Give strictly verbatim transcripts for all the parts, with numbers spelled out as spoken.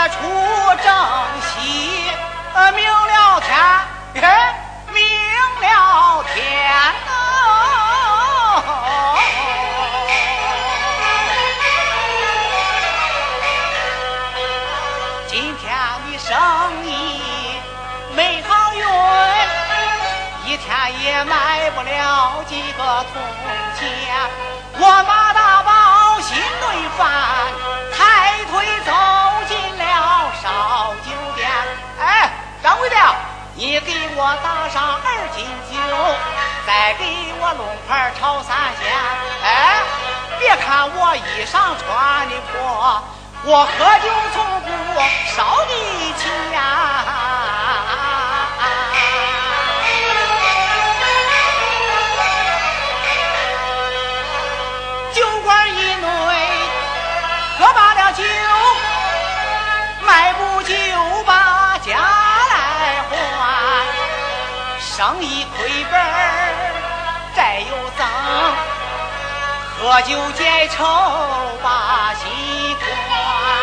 出正西，呃，明了天，哎，明了天哦。今天的生意没好运，一天也买不了几个铜钱。我马大宝心对饭，抬腿走进了烧酒店。哎，掌柜的，你给我打上二斤酒，再给我弄盘炒三鲜。哎，别看我衣裳穿的破，我喝酒从不少你钱呀。酒馆一内喝罢了酒，卖不酒把家来还，生意亏本债有增，喝酒解愁把心宽。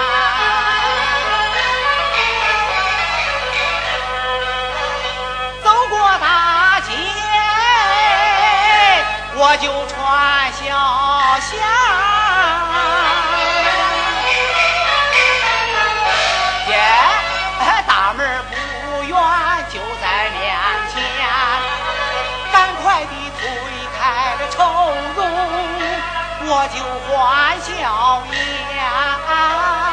走过大街我就穿小鞋，耶，大门不远就在面前，赶快地推开了愁容，我就欢笑颜。